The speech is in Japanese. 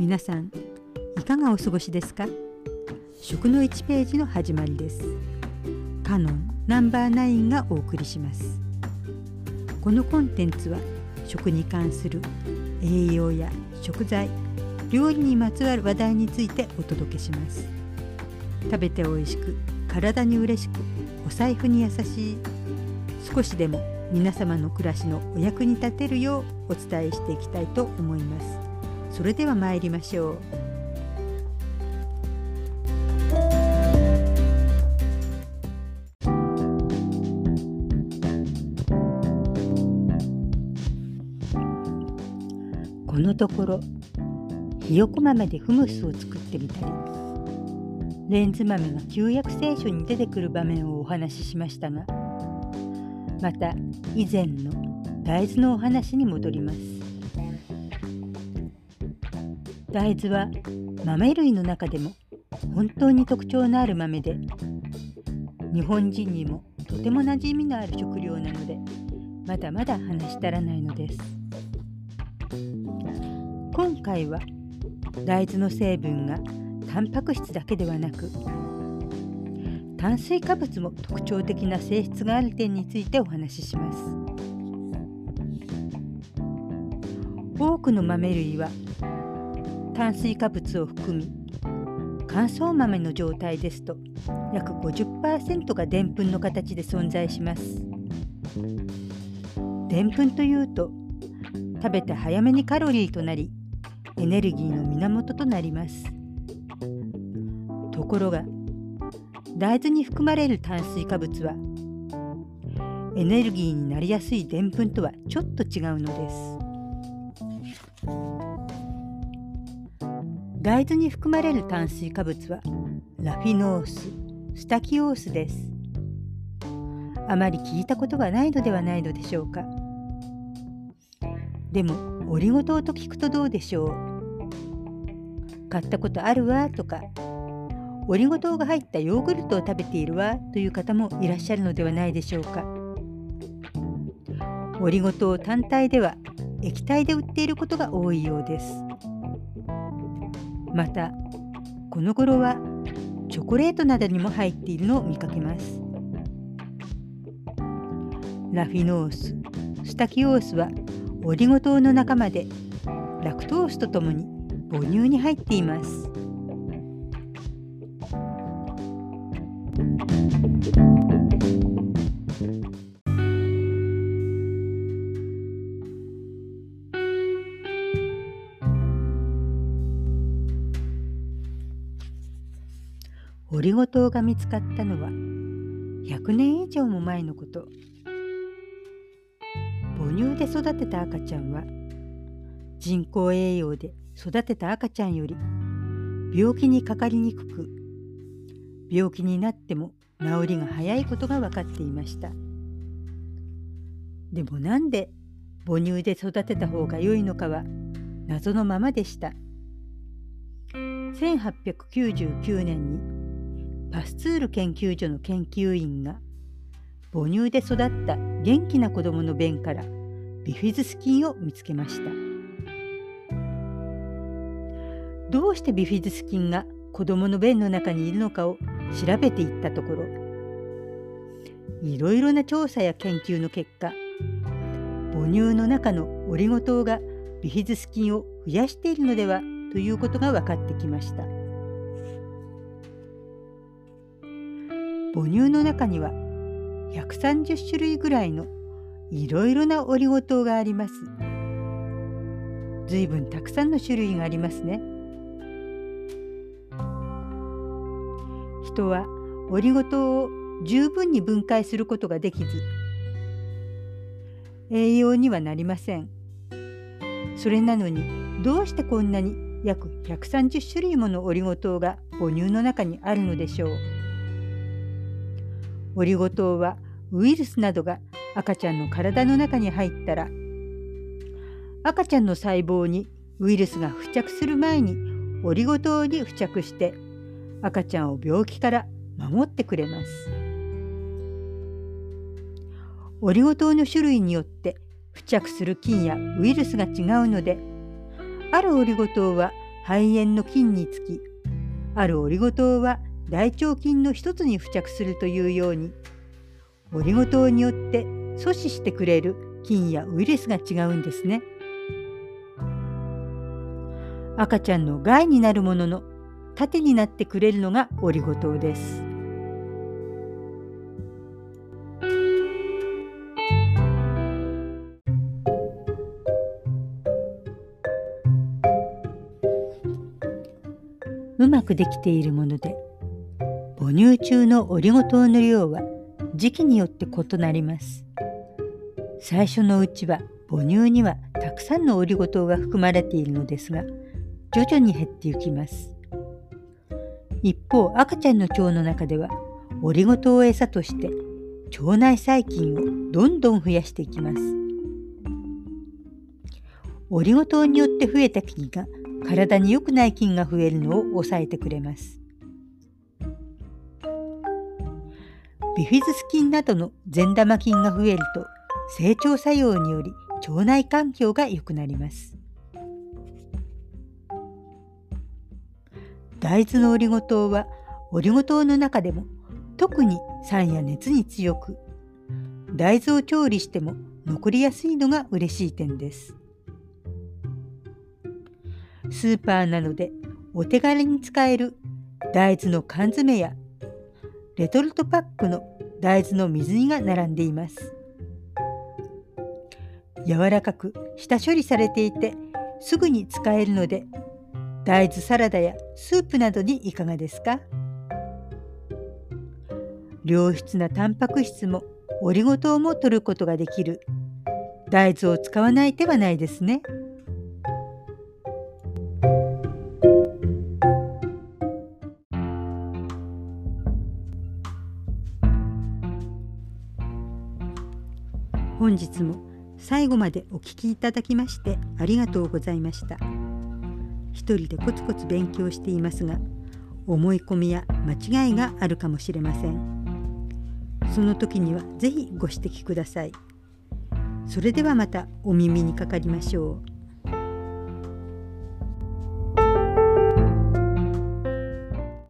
皆さんいかがお過ごしですか？食の1ページの始まりです。カノンナンバー9がお送りします。このコンテンツは食に関する栄養や食材、料理にまつわる話題についてお届けします。食べておいしく、体に嬉しく、お財布に優しい、少しでも皆様の暮らしのお役に立てるようお伝えしていきたいと思います。それでは参りましょう。このところひよこ豆でフムスを作ってみたり、レンズ豆が旧約聖書に出てくる場面をお話ししましたが、また以前の大豆のお話に戻ります。大豆は豆類の中でも本当に特徴のある豆で、日本人にもとても馴染みのある食料なので、まだまだ話し足らないのです。今回は大豆の成分がタンパク質だけではなく、炭水化物も特徴的な性質がある点についてお話しします。多くの豆類は炭水化物を含み、乾燥豆の状態ですと約 50% がでんぷんの形で存在します。でんぷんというと、食べて早めにカロリーとなり、エネルギーの源となります。ところが、大豆に含まれる炭水化物はエネルギーになりやすいでんぷんとはちょっと違うのです。大豆に含まれる炭水化物はラフィノース、スタキオースです。あまり聞いたことがないのではないのでしょうか。でもオリゴ糖と聞くとどうでしょう。買ったことあるわとか、オリゴ糖が入ったヨーグルトを食べているわという方もいらっしゃるのではないでしょうか。オリゴ糖単体では液体で売っていることが多いようです。また、この頃はチョコレートなどにも入っているのを見かけます。ラフィノース、スタキオースはオリゴ糖の仲間で、ラクトースとともに母乳に入っています。オリゴ糖が見つかったのは100年以上も前のこと。母乳で育てた赤ちゃんは人工栄養で育てた赤ちゃんより病気にかかりにくく、病気になっても治りが早いことが分かっていました。でもなんで母乳で育てた方が良いのかは謎のままでした。1899年にパスツール研究所の研究員が母乳で育った元気な子供の便からビフィズス菌を見つけました。どうしてビフィズス菌が子供の便の中にいるのかを調べていったところ、いろいろな調査や研究の結果、母乳の中のオリゴ糖がビフィズス菌を増やしているのではということが分かってきました。母乳の中には130種類ぐらいのいろいろなオリゴ糖があります。ずいぶんたくさんの種類がありますね。人はオリゴ糖を十分に分解することができず、栄養にはなりません。それなのに、どうしてこんなに約130種類ものオリゴ糖が母乳の中にあるのでしょう。オリゴ糖はウイルスなどが赤ちゃんの体の中に入ったら、赤ちゃんの細胞にウイルスが付着する前にオリゴ糖に付着して赤ちゃんを病気から守ってくれます。オリゴ糖の種類によって付着する菌やウイルスが違うので、あるオリゴ糖は肺炎の菌につき、あるオリゴ糖は大腸菌の一つに付着するというように、オリゴ糖によって阻止してくれる菌やウイルスが違うんですね。赤ちゃんの害になるものの盾になってくれるのがオリゴ糖です。うまくできているもので、母乳中のオリゴ糖の量は時期によって異なります。最初のうちは母乳にはたくさんのオリゴ糖が含まれているのですが、徐々に減っていきます。一方、赤ちゃんの腸の中ではオリゴ糖を餌として腸内細菌をどんどん増やしていきます。オリゴ糖によって増えた菌が体に良くない菌が増えるのを抑えてくれます。ビフィズス菌などの善玉菌が増えると、整腸作用により腸内環境が良くなります。大豆のオリゴ糖はオリゴ糖の中でも特に酸や熱に強く、大豆を調理しても残りやすいのが嬉しい点です。スーパーなどでお手軽に使える大豆の缶詰やレトルトパックの大豆の水煮が並んでいます。柔らかく下処理されていてすぐに使えるので、大豆サラダやスープなどにいかがですか？良質なタンパク質もオリゴ糖も摂ることができる大豆を使わない手はないですね。本日も最後までお聞きいただきましてありがとうございました。一人でコツコツ勉強していますが、思い込みや間違いがあるかもしれません。その時にはぜひご指摘ください。それではまたお耳にかかりましょう。